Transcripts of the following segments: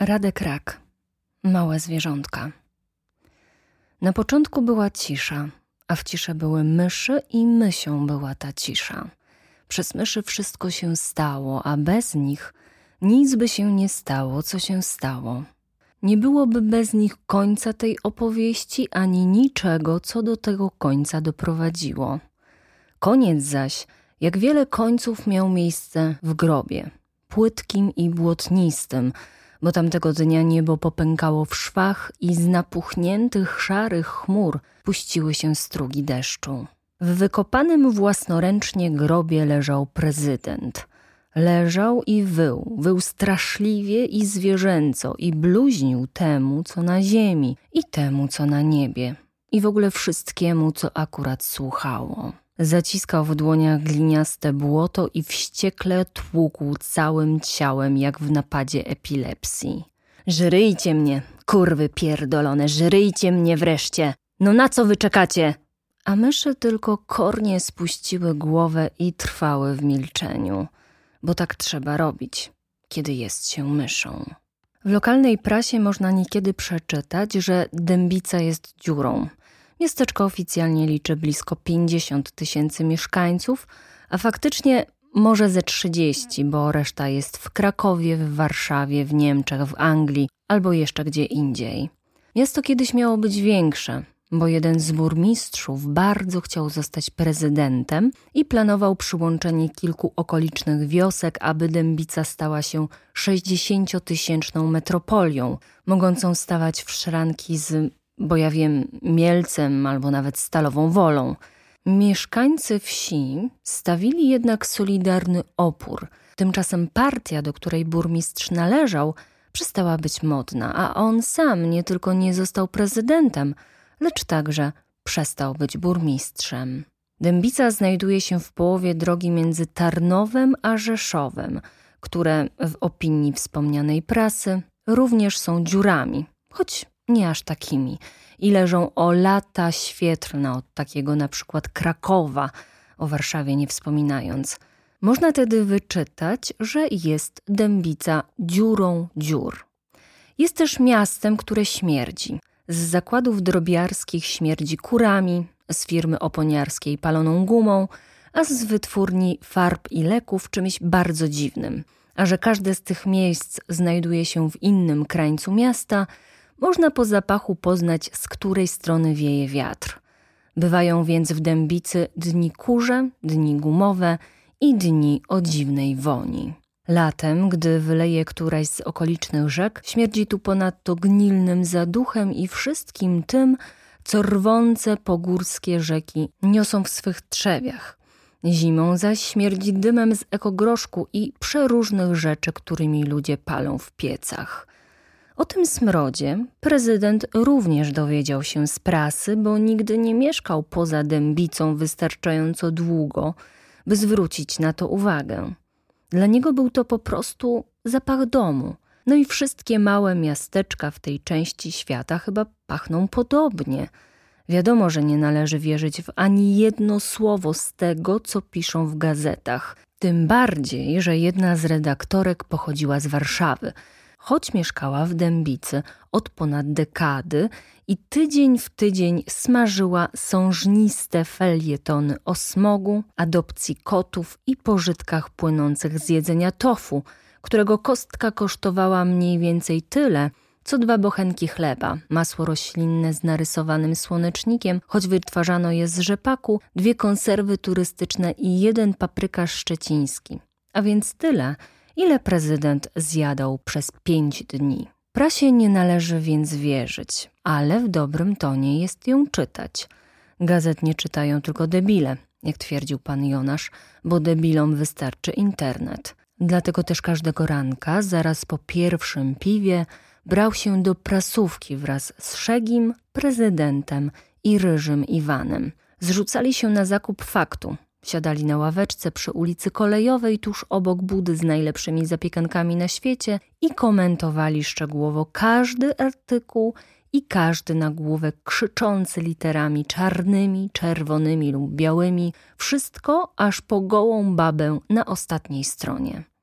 Radek Rak. Małe zwierzątka. Na początku była cisza, a w ciszy były myszy i mysią była ta cisza. Przez myszy wszystko się stało, a bez nich nic by się nie stało, co się stało. Nie byłoby bez nich końca tej opowieści, ani niczego, co do tego końca doprowadziło. Koniec zaś, jak wiele końców, miał miejsce w grobie, płytkim i błotnistym, bo tamtego dnia niebo popękało w szwach i z napuchniętych szarych chmur puściły się strugi deszczu. W wykopanym własnoręcznie grobie leżał prezydent. Leżał i wył straszliwie i zwierzęco i bluźnił temu, co na ziemi i temu, co na niebie i w ogóle wszystkiemu, co akurat słuchało. Zaciskał w dłoniach gliniaste błoto i wściekle tłukł całym ciałem, jak w napadzie epilepsji. Żryjcie mnie, kurwy pierdolone, żryjcie mnie wreszcie! No na co wy czekacie? A myszy tylko kornie spuściły głowę i trwały w milczeniu, bo tak trzeba robić, kiedy jest się myszą. W lokalnej prasie można niekiedy przeczytać, że Dębica jest dziurą. Miasteczko oficjalnie liczy blisko 50 000 mieszkańców, a faktycznie może ze 30, bo reszta jest w Krakowie, w Warszawie, w Niemczech, w Anglii albo jeszcze gdzie indziej. Miasto kiedyś miało być większe, bo jeden z burmistrzów bardzo chciał zostać prezydentem i planował przyłączenie kilku okolicznych wiosek, aby Dębica stała się 60-tysięczną metropolią, mogącą stawać w szranki z, bo ja wiem, Mielcem albo nawet Stalową Wolą. Mieszkańcy wsi stawili jednak solidarny opór. Tymczasem partia, do której burmistrz należał, przestała być modna, a on sam nie tylko nie został prezydentem, lecz także przestał być burmistrzem. Dębica znajduje się w połowie drogi między Tarnowem a Rzeszowem, które w opinii wspomnianej prasy również są dziurami, choć nie aż takimi, i leżą o lata świetlne od takiego na przykład Krakowa, o Warszawie nie wspominając. Można tedy wyczytać, że jest Dębica dziurą dziur. Jest też miastem, które śmierdzi. Z zakładów drobiarskich śmierdzi kurami, z firmy oponiarskiej paloną gumą, a z wytwórni farb i leków czymś bardzo dziwnym. A że każde z tych miejsc znajduje się w innym krańcu miasta, można po zapachu poznać, z której strony wieje wiatr. Bywają więc w Dębicy dni kurze, dni gumowe i dni o dziwnej woni. Latem, gdy wyleje któraś z okolicznych rzek, śmierdzi tu ponadto gnilnym zaduchem i wszystkim tym, co rwące pogórskie rzeki niosą w swych trzewiach. Zimą zaś śmierdzi dymem z ekogroszku i przeróżnych rzeczy, którymi ludzie palą w piecach. O tym smrodzie prezydent również dowiedział się z prasy, bo nigdy nie mieszkał poza Dębicą wystarczająco długo, by zwrócić na to uwagę. Dla niego był to po prostu zapach domu. No i wszystkie małe miasteczka w tej części świata chyba pachną podobnie. Wiadomo, że nie należy wierzyć w ani jedno słowo z tego, co piszą w gazetach. Tym bardziej, że jedna z redaktorek pochodziła z Warszawy, choć mieszkała w Dębicy od ponad dekady i tydzień w tydzień smażyła sążniste felietony o smogu, adopcji kotów i pożytkach płynących z jedzenia tofu, którego kostka kosztowała mniej więcej tyle, co 2 bochenki chleba, masło roślinne z narysowanym słonecznikiem, choć wytwarzano je z rzepaku, 2 konserwy turystyczne i 1 paprykarz szczeciński. A więc tyle, ile prezydent zjadał przez 5 dni. Prasie nie należy więc wierzyć, ale w dobrym tonie jest ją czytać. Gazet nie czytają tylko debile, jak twierdził pan Jonasz, bo debilom wystarczy internet. Dlatego też każdego ranka, zaraz po pierwszym piwie, brał się do prasówki wraz z Szegim, prezydentem i Ryżym Iwanem. Zrzucali się na zakup faktu. Siadali na ławeczce przy ulicy Kolejowej tuż obok budy z najlepszymi zapiekankami na świecie i komentowali szczegółowo każdy artykuł i każdy nagłówek krzyczący literami czarnymi, czerwonymi lub białymi, wszystko aż po gołą babę na ostatniej stronie.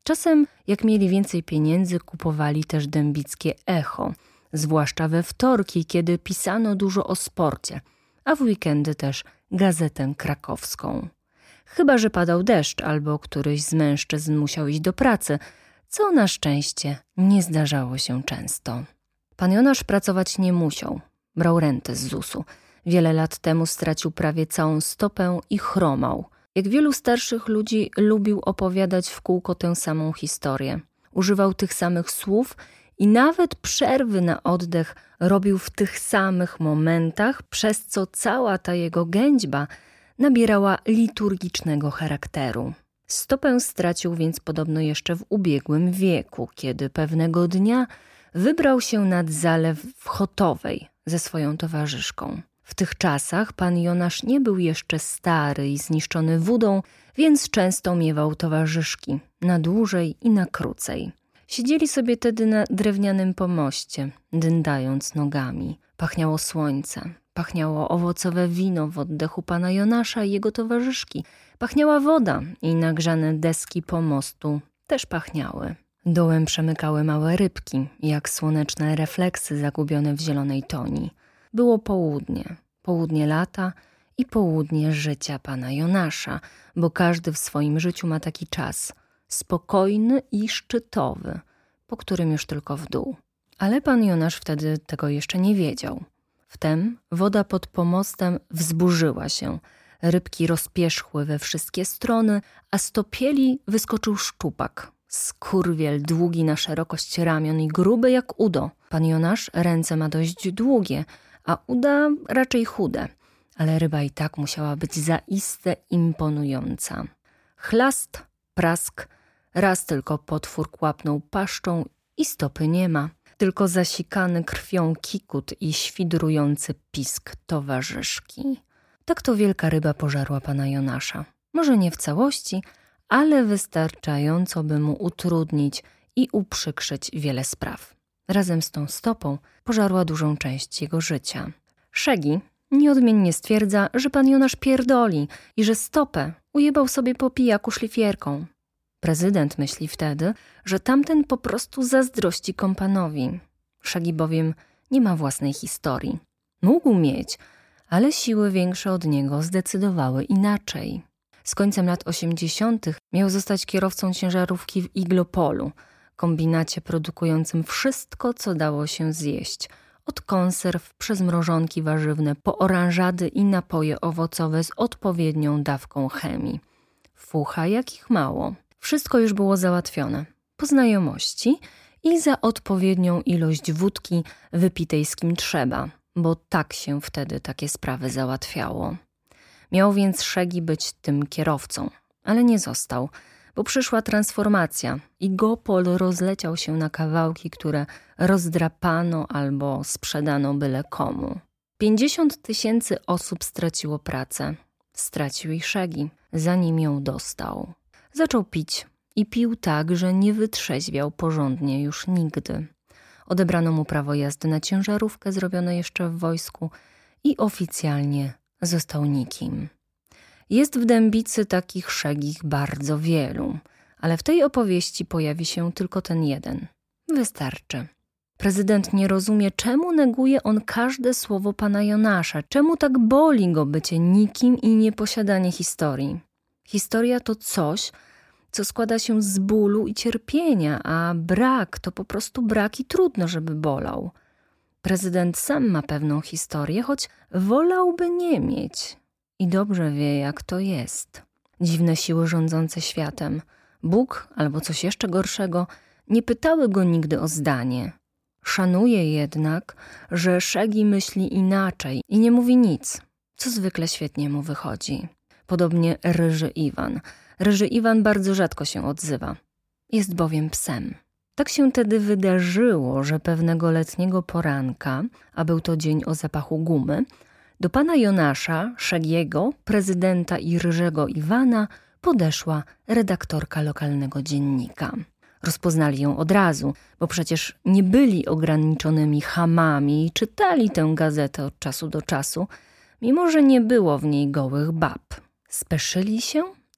Czasem, jak mieli więcej pieniędzy, kupowali też dębickie Echo, zwłaszcza we wtorki, kiedy pisano dużo o sporcie, a w weekendy też Gazetę Krakowską. Chyba że padał deszcz albo któryś z mężczyzn musiał iść do pracy, co na szczęście nie zdarzało się często. Pan Jonasz pracować nie musiał. Brał rentę z ZUS-u. Wiele lat temu stracił prawie całą stopę i chromał. Jak wielu starszych ludzi lubił opowiadać w kółko tę samą historię. Używał tych samych słów i nawet przerwy na oddech robił w tych samych momentach, przez co cała ta jego gęźba nabierała liturgicznego charakteru. Stopę stracił więc podobno jeszcze w ubiegłym wieku, kiedy pewnego dnia wybrał się nad zalew w Chotowej ze swoją towarzyszką. W tych czasach pan Jonasz nie był jeszcze stary i zniszczony wódą, więc często miewał towarzyszki, na dłużej i na krócej. Siedzieli sobie tedy na drewnianym pomoście, dyndając nogami. Pachniało słońce, pachniało owocowe wino w oddechu pana Jonasza i jego towarzyszki. Pachniała woda i nagrzane deski pomostu też pachniały. Dołem przemykały małe rybki, jak słoneczne refleksy zagubione w zielonej toni. Było południe lata i południe życia pana Jonasza, bo każdy w swoim życiu ma taki czas, spokojny i szczytowy, po którym już tylko w dół. Ale pan Jonasz wtedy tego jeszcze nie wiedział. Wtem woda pod pomostem wzburzyła się, rybki rozpierzchły we wszystkie strony, a z topieli wyskoczył szczupak. Skurwiel długi na szerokość ramion i gruby jak udo. Pan Jonasz ręce ma dość długie, a uda raczej chude, ale ryba i tak musiała być zaiste imponująca. Chlast, prask, raz tylko potwór kłapnął paszczą i stopy nie ma, tylko zasikany krwią kikut i świdrujący pisk towarzyszki. Tak to wielka ryba pożarła pana Jonasza. Może nie w całości, ale wystarczająco, by mu utrudnić i uprzykrzyć wiele spraw. Razem z tą stopą pożarła dużą część jego życia. Szegi nieodmiennie stwierdza, że pan Jonasz pierdoli i że stopę ujebał sobie po pijaku szlifierką. Prezydent myśli wtedy, że tamten po prostu zazdrości kompanowi. Szegi bowiem nie ma własnej historii. Mógł mieć, ale siły większe od niego zdecydowały inaczej. Z końcem lat 80. miał zostać kierowcą ciężarówki w Iglopolu, kombinacie produkującym wszystko, co dało się zjeść. Od konserw przez mrożonki warzywne po oranżady i napoje owocowe z odpowiednią dawką chemii. Fucha jakich mało. Wszystko już było załatwione. Po znajomości i za odpowiednią ilość wódki wypitej z kim trzeba, bo tak się wtedy takie sprawy załatwiało. Miał więc Szegi być tym kierowcą, ale nie został, bo przyszła transformacja i Gopol rozleciał się na kawałki, które rozdrapano albo sprzedano byle komu. 50 000 osób straciło pracę. Stracił i Szegi, zanim ją dostał. Zaczął pić i pił tak, że nie wytrzeźwiał porządnie już nigdy. Odebrano mu prawo jazdy na ciężarówkę zrobione jeszcze w wojsku i oficjalnie został nikim. Jest w Dębicy takich Szegich bardzo wielu, ale w tej opowieści pojawi się tylko ten jeden. Wystarczy. Prezydent nie rozumie, czemu neguje on każde słowo pana Jonasza, czemu tak boli go bycie nikim i nieposiadanie historii. Historia to coś, co składa się z bólu i cierpienia, a brak to po prostu brak i trudno, żeby bolał. Prezydent sam ma pewną historię, choć wolałby nie mieć. I dobrze wie, jak to jest. Dziwne siły rządzące światem, Bóg albo coś jeszcze gorszego, nie pytały go nigdy o zdanie. Szanuje jednak, że Szegi myśli inaczej i nie mówi nic, co zwykle świetnie mu wychodzi. Podobnie Ryży Iwan. Ryży Iwan bardzo rzadko się odzywa. Jest bowiem psem. Tak się tedy wydarzyło, że pewnego letniego poranka, a był to dzień o zapachu gumy, do pana Jonasza, Szegiego, prezydenta i Ryżego Iwana podeszła redaktorka lokalnego dziennika. Rozpoznali ją od razu, bo przecież nie byli ograniczonymi chamami i czytali tę gazetę od czasu do czasu, mimo że nie było w niej gołych bab. Speszyli się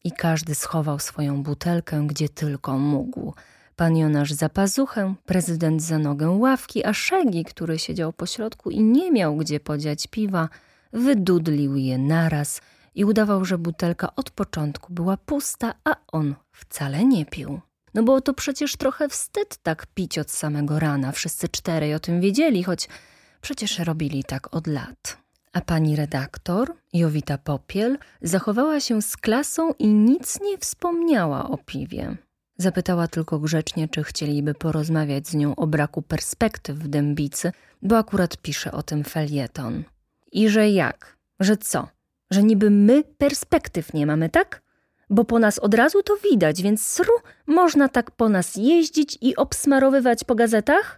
i każdy schował swoją butelkę, gdzie tylko mógł. Pan Jonasz za pazuchę, prezydent za nogę ławki, a Szegi, który siedział pośrodku i nie miał gdzie podziać piwa, wydudlił je naraz i udawał, że butelka od początku była pusta, a on wcale nie pił. No bo to przecież trochę wstyd tak pić od samego rana. Wszyscy czterej o tym wiedzieli, choć przecież robili tak od lat. A pani redaktor, Jowita Popiel, zachowała się z klasą i nic nie wspomniała o piwie. Zapytała tylko grzecznie, czy chcieliby porozmawiać z nią o braku perspektyw w Dębicy, bo akurat pisze o tym felieton. I że jak? Że co? Że niby my perspektyw nie mamy, tak? Bo po nas od razu to widać, więc sru, można tak po nas jeździć i obsmarowywać po gazetach?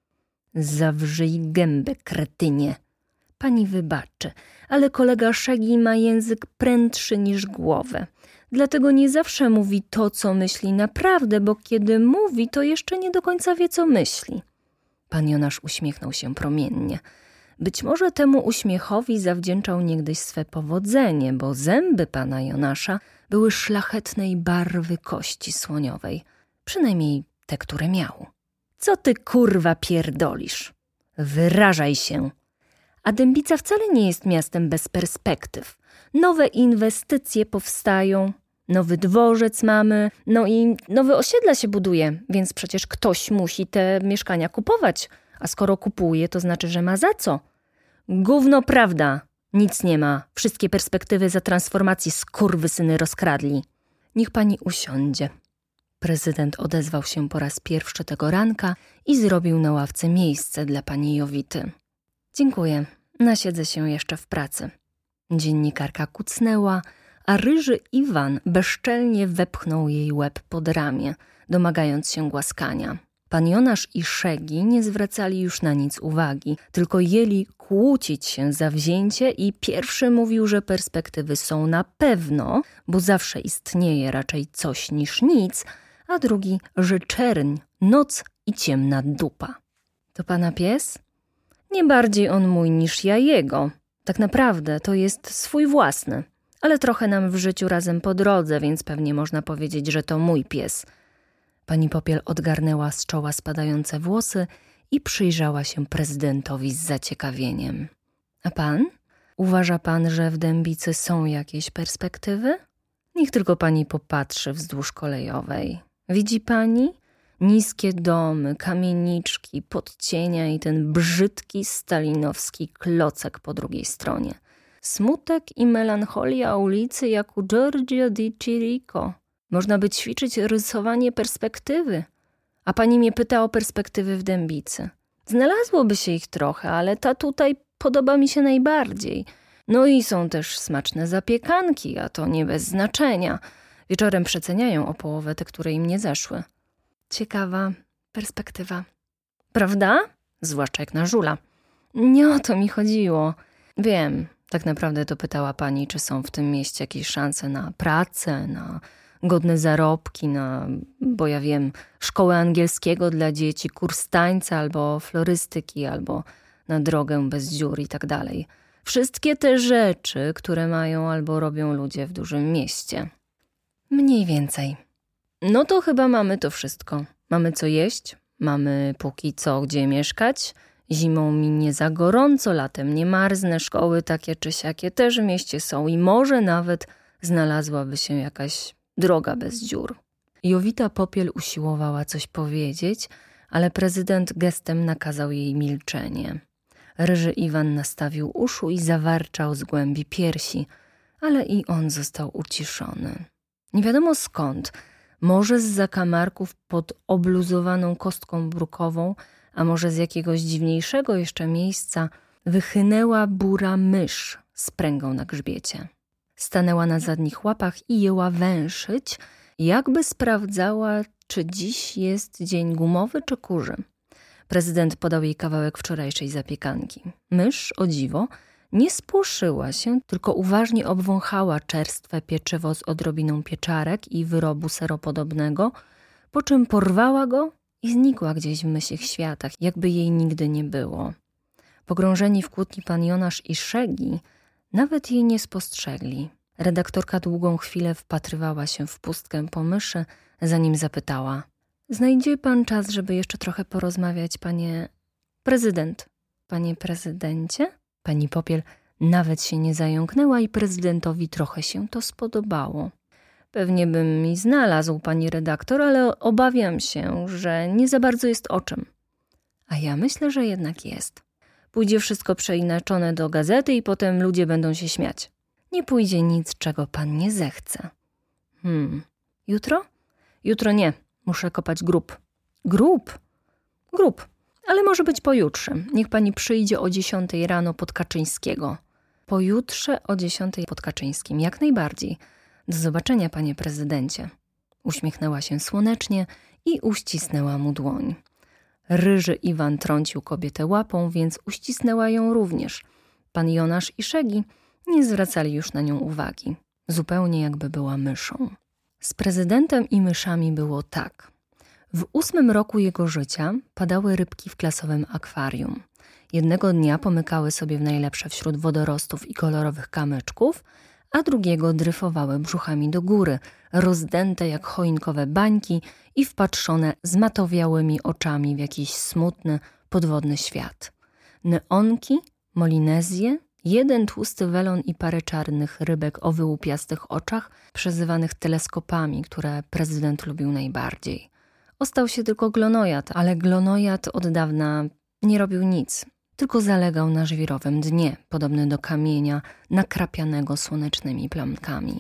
Zawrzyj gębę, kretynie. Pani wybaczy, ale kolega Szegi ma język prędszy niż głowę. Dlatego nie zawsze mówi to, co myśli naprawdę, bo kiedy mówi, to jeszcze nie do końca wie, co myśli. Pan Jonasz uśmiechnął się promiennie. Być może temu uśmiechowi zawdzięczał niegdyś swe powodzenie, bo zęby pana Jonasza były szlachetnej barwy kości słoniowej. Przynajmniej te, które miał. Co ty kurwa pierdolisz? Wyrażaj się. A Dębica wcale nie jest miastem bez perspektyw. Nowe inwestycje powstają, nowy dworzec mamy, no i nowe osiedla się buduje, więc przecież ktoś musi te mieszkania kupować. A skoro kupuje, to znaczy, że ma za co. Gówno prawda. Nic nie ma. Wszystkie perspektywy za transformacji skurwysyny rozkradli. Niech pani usiądzie. Prezydent odezwał się po raz pierwszy tego ranka i zrobił na ławce miejsce dla pani Jowity. Dziękuję. Nasiedzę się jeszcze w pracy. Dziennikarka kucnęła, a ryży Iwan bezczelnie wepchnął jej łeb pod ramię, domagając się głaskania. Pan Jonasz i Szegi nie zwracali już na nic uwagi, tylko jęli kłócić się za wzięcie i pierwszy mówił, że perspektywy są na pewno, bo zawsze istnieje raczej coś niż nic, a drugi, że czerń, noc i ciemna dupa. To pana pies? Nie bardziej on mój niż ja jego. Tak naprawdę to jest swój własny, ale trochę nam w życiu razem po drodze, więc pewnie można powiedzieć, że to mój pies. Pani Popiel odgarnęła z czoła spadające włosy i przyjrzała się prezydentowi z zaciekawieniem. A pan? Uważa pan, że w Dębicy są jakieś perspektywy? Niech tylko pani popatrzy wzdłuż kolejowej. Widzi pani? Niskie domy, kamieniczki, podcienia i ten brzydki stalinowski klocek po drugiej stronie. Smutek i melancholia ulicy jak u Giorgio di Chirico. Można by ćwiczyć rysowanie perspektywy. A pani mnie pyta o perspektywy w Dębicy. Znalazłoby się ich trochę, ale ta tutaj podoba mi się najbardziej. No i są też smaczne zapiekanki, a to nie bez znaczenia. Wieczorem przeceniają o połowę te, które im nie zeszły. Ciekawa perspektywa. Prawda? Zwłaszcza jak na żula. Nie o to mi chodziło. Wiem, tak naprawdę to pytała pani, czy są w tym mieście jakieś szanse na pracę, na godne zarobki, na, bo ja wiem, szkołę angielskiego dla dzieci, kurs tańca albo florystyki, albo na drogę bez dziur i tak dalej. Wszystkie te rzeczy, które mają albo robią ludzie w dużym mieście. Mniej więcej. No to chyba mamy to wszystko. Mamy co jeść, mamy póki co gdzie mieszkać, zimą mi nie za gorąco, latem nie marznę, szkoły takie czy siakie też w mieście są i może nawet znalazłaby się jakaś droga bez dziur. Jowita Popiel usiłowała coś powiedzieć, ale prezydent gestem nakazał jej milczenie. Ryży Iwan nastawił uszu i zawarczał z głębi piersi, ale i on został uciszony. Nie wiadomo skąd, może z zakamarków pod obluzowaną kostką brukową, a może z jakiegoś dziwniejszego jeszcze miejsca, wychynęła bura mysz z pręgą na grzbiecie. Stanęła na zadnich łapach i jęła węszyć, jakby sprawdzała, czy dziś jest dzień gumowy czy kurzy. Prezydent podał jej kawałek wczorajszej zapiekanki. Mysz, o dziwo, nie spłoszyła się, tylko uważnie obwąchała czerstwe pieczywo z odrobiną pieczarek i wyrobu seropodobnego, po czym porwała go i znikła gdzieś w mysich światach, jakby jej nigdy nie było. Pogrążeni w kłótni pan Jonasz i Szegi nawet jej nie spostrzegli. Redaktorka długą chwilę wpatrywała się w pustkę po myszy, zanim zapytała: znajdzie pan czas, żeby jeszcze trochę porozmawiać, panie prezydent? Panie prezydencie? Pani Popiel nawet się nie zająknęła i prezydentowi trochę się to spodobało. Pewnie bym mi znalazł, pani redaktor, ale obawiam się, że nie za bardzo jest o czym. A ja myślę, że jednak jest. Pójdzie wszystko przeinaczone do gazety i potem ludzie będą się śmiać. Nie pójdzie nic, czego pan nie zechce. Jutro? Jutro nie. Muszę kopać grób. Grób? Grób. Ale może być pojutrze. Niech pani przyjdzie o 10 rano pod Kaczyńskiego. Pojutrze o 10 pod Kaczyńskim. Jak najbardziej. Do zobaczenia, panie prezydencie. Uśmiechnęła się słonecznie i uścisnęła mu dłoń. Ryży Iwan trącił kobietę łapą, więc uścisnęła ją również. Pan Jonasz i Szegi nie zwracali już na nią uwagi. Zupełnie jakby była myszą. Z prezydentem i myszami było tak. W 8 roku jego życia padały rybki w klasowym akwarium. Jednego dnia pomykały sobie w najlepsze wśród wodorostów i kolorowych kamyczków, a drugiego dryfowały brzuchami do góry, rozdęte jak choinkowe bańki i wpatrzone zmatowiałymi oczami w jakiś smutny, podwodny świat. Neonki, molinezje, jeden tłusty welon i parę czarnych rybek o wyłupiastych oczach, przezywanych teleskopami, które prezydent lubił najbardziej. Ostał się tylko glonojad, ale glonojad od dawna nie robił nic. Tylko zalegał na żwirowym dnie, podobny do kamienia nakrapianego słonecznymi plamkami.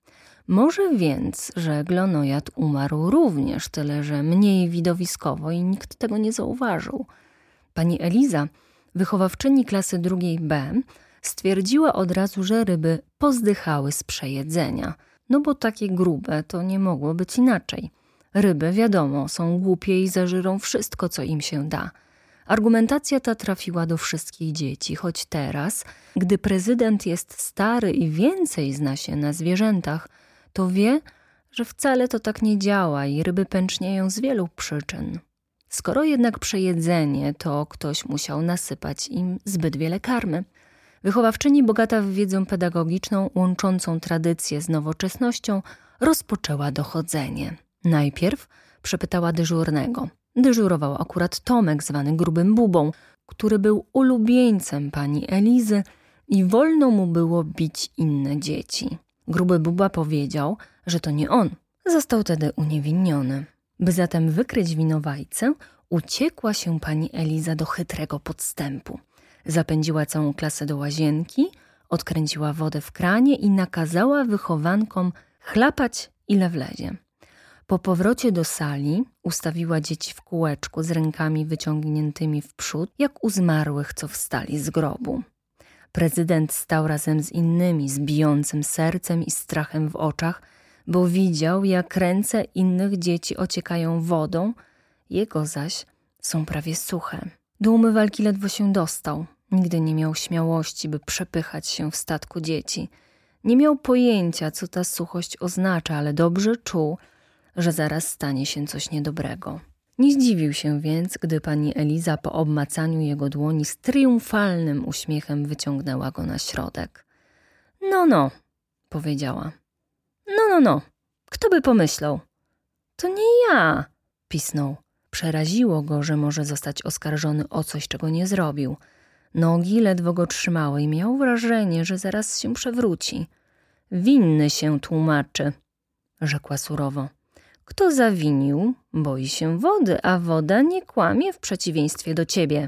Może więc, że glonojad umarł również, tyle że mniej widowiskowo i nikt tego nie zauważył. Pani Eliza, wychowawczyni klasy 2B, stwierdziła od razu, że ryby pozdychały z przejedzenia, no bo takie grube to nie mogło być inaczej. Ryby, wiadomo, są głupie i zażyrą wszystko, co im się da. Argumentacja ta trafiła do wszystkich dzieci, choć teraz, gdy prezydent jest stary i więcej zna się na zwierzętach, to wie, że wcale to tak nie działa i ryby pęcznieją z wielu przyczyn. Skoro jednak przejedzenie, to ktoś musiał nasypać im zbyt wiele karmy. Wychowawczyni, bogata w wiedzę pedagogiczną, łączącą tradycję z nowoczesnością, rozpoczęła dochodzenie. Najpierw przepytała dyżurnego. Dyżurował akurat Tomek, zwany grubym Bubą, który był ulubieńcem pani Elizy i wolno mu było bić inne dzieci. Gruby Buba powiedział, że to nie on. Został tedy uniewinniony. By zatem wykryć winowajcę, uciekła się pani Eliza do chytrego podstępu. Zapędziła całą klasę do łazienki, odkręciła wodę w kranie i nakazała wychowankom chlapać ile wlezie. Po powrocie do sali ustawiła dzieci w kółeczku z rękami wyciągniętymi w przód, jak u zmarłych, co wstali z grobu. Prezydent stał razem z innymi, z bijącym sercem i strachem w oczach, bo widział, jak ręce innych dzieci ociekają wodą, jego zaś są prawie suche. Do umywalki ledwo się dostał. Nigdy nie miał śmiałości, by przepychać się w statku dzieci. Nie miał pojęcia, co ta suchość oznacza, ale dobrze czuł, że zaraz stanie się coś niedobrego. Nie zdziwił się więc, gdy pani Eliza po obmacaniu jego dłoni z triumfalnym uśmiechem wyciągnęła go na środek. No, powiedziała. No, kto by pomyślał? To nie ja, pisnął. Przeraziło go, że może zostać oskarżony o coś, czego nie zrobił. Nogi ledwo go trzymały i miał wrażenie, że zaraz się przewróci. Winny się tłumaczy, rzekła surowo. Kto zawinił, boi się wody, a woda nie kłamie w przeciwieństwie do ciebie.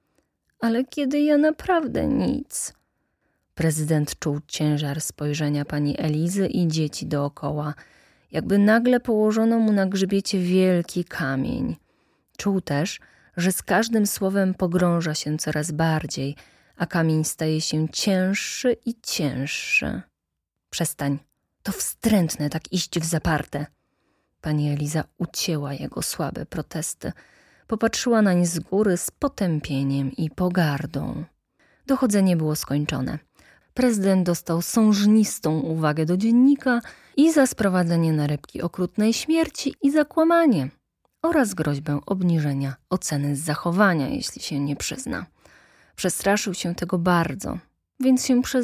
Ale kiedy ja naprawdę nic. Prezydent czuł ciężar spojrzenia pani Elizy i dzieci dookoła, jakby nagle położono mu na grzbiecie wielki kamień. Czuł też, że z każdym słowem pogrąża się coraz bardziej, a kamień staje się cięższy i cięższy. Przestań, to wstrętne tak iść w zaparte. Pani Eliza ucięła jego słabe protesty. Popatrzyła nań z góry z potępieniem i pogardą. Dochodzenie było skończone. Prezydent dostał sążnistą uwagę do dziennika i za sprowadzenie na rybki okrutnej śmierci i za kłamanie oraz groźbę obniżenia oceny z zachowania, jeśli się nie przyzna. Przestraszył się tego bardzo, więc się przyznał.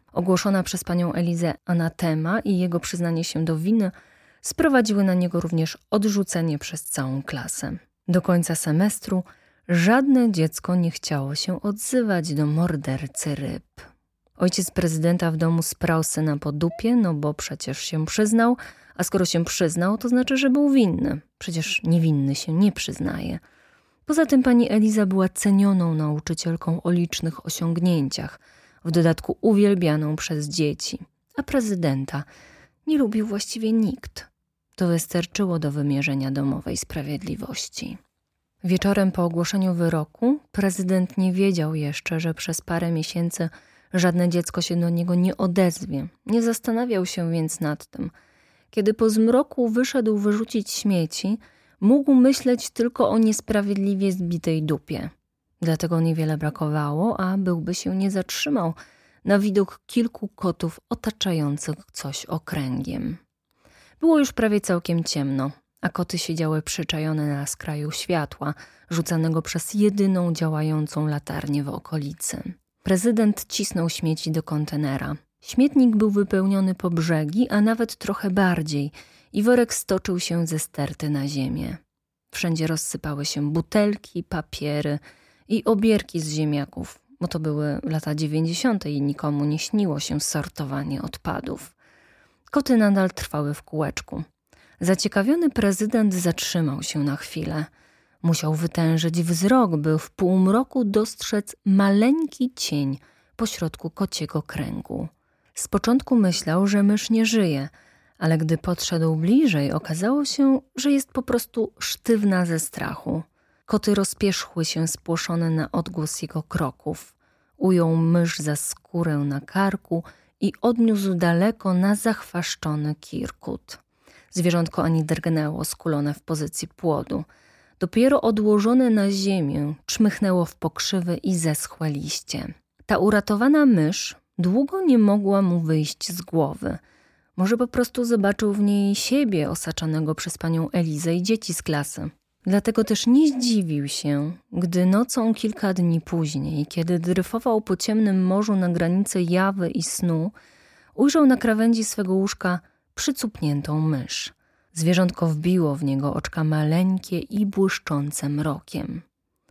Ogłoszona przez panią Elizę anatema i jego przyznanie się do winy sprowadziły na niego również odrzucenie przez całą klasę. Do końca semestru żadne dziecko nie chciało się odzywać do mordercy ryb. Ojciec prezydenta w domu sprał syna po dupie, no bo przecież się przyznał, a skoro się przyznał, to znaczy, że był winny. Przecież niewinny się nie przyznaje. Poza tym pani Eliza była cenioną nauczycielką o licznych osiągnięciach, w dodatku uwielbianą przez dzieci, a prezydenta nie lubił właściwie nikt. To wystarczyło do wymierzenia domowej sprawiedliwości. Wieczorem po ogłoszeniu wyroku prezydent nie wiedział jeszcze, że przez parę miesięcy żadne dziecko się do niego nie odezwie. Nie zastanawiał się więc nad tym. Kiedy po zmroku wyszedł wyrzucić śmieci, mógł myśleć tylko o niesprawiedliwie zbitej dupie. Dlatego niewiele brakowało, a byłby się nie zatrzymał na widok kilku kotów otaczających coś okręgiem. Było już prawie całkiem ciemno, a koty siedziały przyczajone na skraju światła, rzucanego przez jedyną działającą latarnię w okolicy. Prezydent cisnął śmieci do kontenera. Śmietnik był wypełniony po brzegi, a nawet trochę bardziej i worek stoczył się ze sterty na ziemię. Wszędzie rozsypały się butelki, papiery i obierki z ziemniaków, bo to były lata 90. i nikomu nie śniło się sortowanie odpadów. Koty nadal trwały w kółeczku. Zaciekawiony prezydent zatrzymał się na chwilę. Musiał wytężyć wzrok, by w półmroku dostrzec maleńki cień pośrodku kociego kręgu. Z początku myślał, że mysz nie żyje, ale gdy podszedł bliżej, okazało się, że jest po prostu sztywna ze strachu. Koty rozpierzchły się spłoszone na odgłos jego kroków. Ujął mysz za skórę na karku i odniósł daleko na zachwaszczony kirkut. Zwierzątko ani drgnęło, skulone w pozycji płodu. Dopiero odłożone na ziemię czmychnęło w pokrzywy i zeschłe liście. Ta uratowana mysz długo nie mogła mu wyjść z głowy. Może po prostu zobaczył w niej siebie osaczonego przez panią Elizę i dzieci z klasy. Dlatego też nie zdziwił się, gdy nocą kilka dni później, kiedy dryfował po ciemnym morzu na granicy jawy i snu, ujrzał na krawędzi swego łóżka przycupniętą mysz. Zwierzątko wbiło w niego oczka maleńkie i błyszczące mrokiem.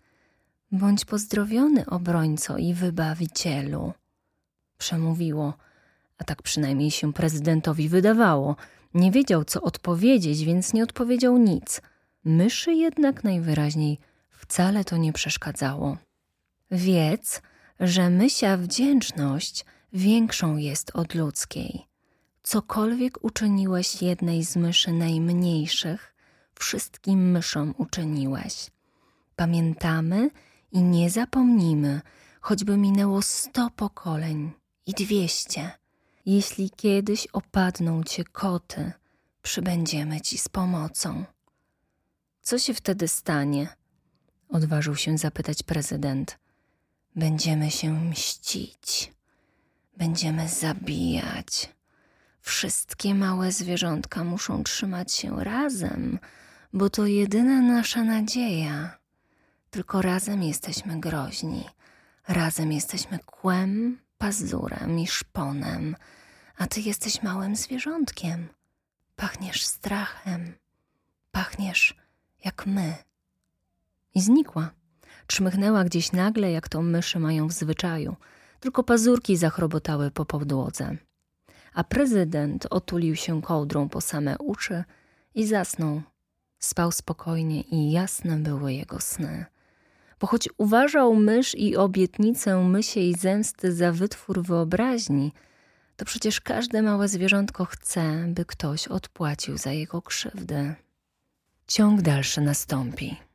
Bądź pozdrowiony, obrońco i wybawicielu, przemówiło, a tak przynajmniej się prezydentowi wydawało. Nie wiedział, co odpowiedzieć, więc nie odpowiedział nic. Myszy jednak najwyraźniej wcale to nie przeszkadzało. Wiedz, że mysia wdzięczność większą jest od ludzkiej. Cokolwiek uczyniłeś jednej z myszy najmniejszych, wszystkim myszom uczyniłeś. Pamiętamy i nie zapomnimy, choćby minęło 100 pokoleń i 200. Jeśli kiedyś opadną cię koty, przybędziemy ci z pomocą. Co się wtedy stanie? Odważył się zapytać prezydent. Będziemy się mścić. Będziemy zabijać. Wszystkie małe zwierzątka muszą trzymać się razem, bo to jedyna nasza nadzieja. Tylko razem jesteśmy groźni. Razem jesteśmy kłem, pazurem i szponem, a ty jesteś małym zwierzątkiem. Pachniesz strachem. Pachniesz jak my. I znikła. Czmychnęła gdzieś nagle, jak to myszy mają w zwyczaju. Tylko pazurki zachrobotały po podłodze. A prezydent otulił się kołdrą po same uszy i zasnął. Spał spokojnie i jasne były jego sny. Bo choć uważał mysz i obietnicę mysiej zemsty za wytwór wyobraźni, to przecież każde małe zwierzątko chce, by ktoś odpłacił za jego krzywdę. Ciąg dalszy nastąpi.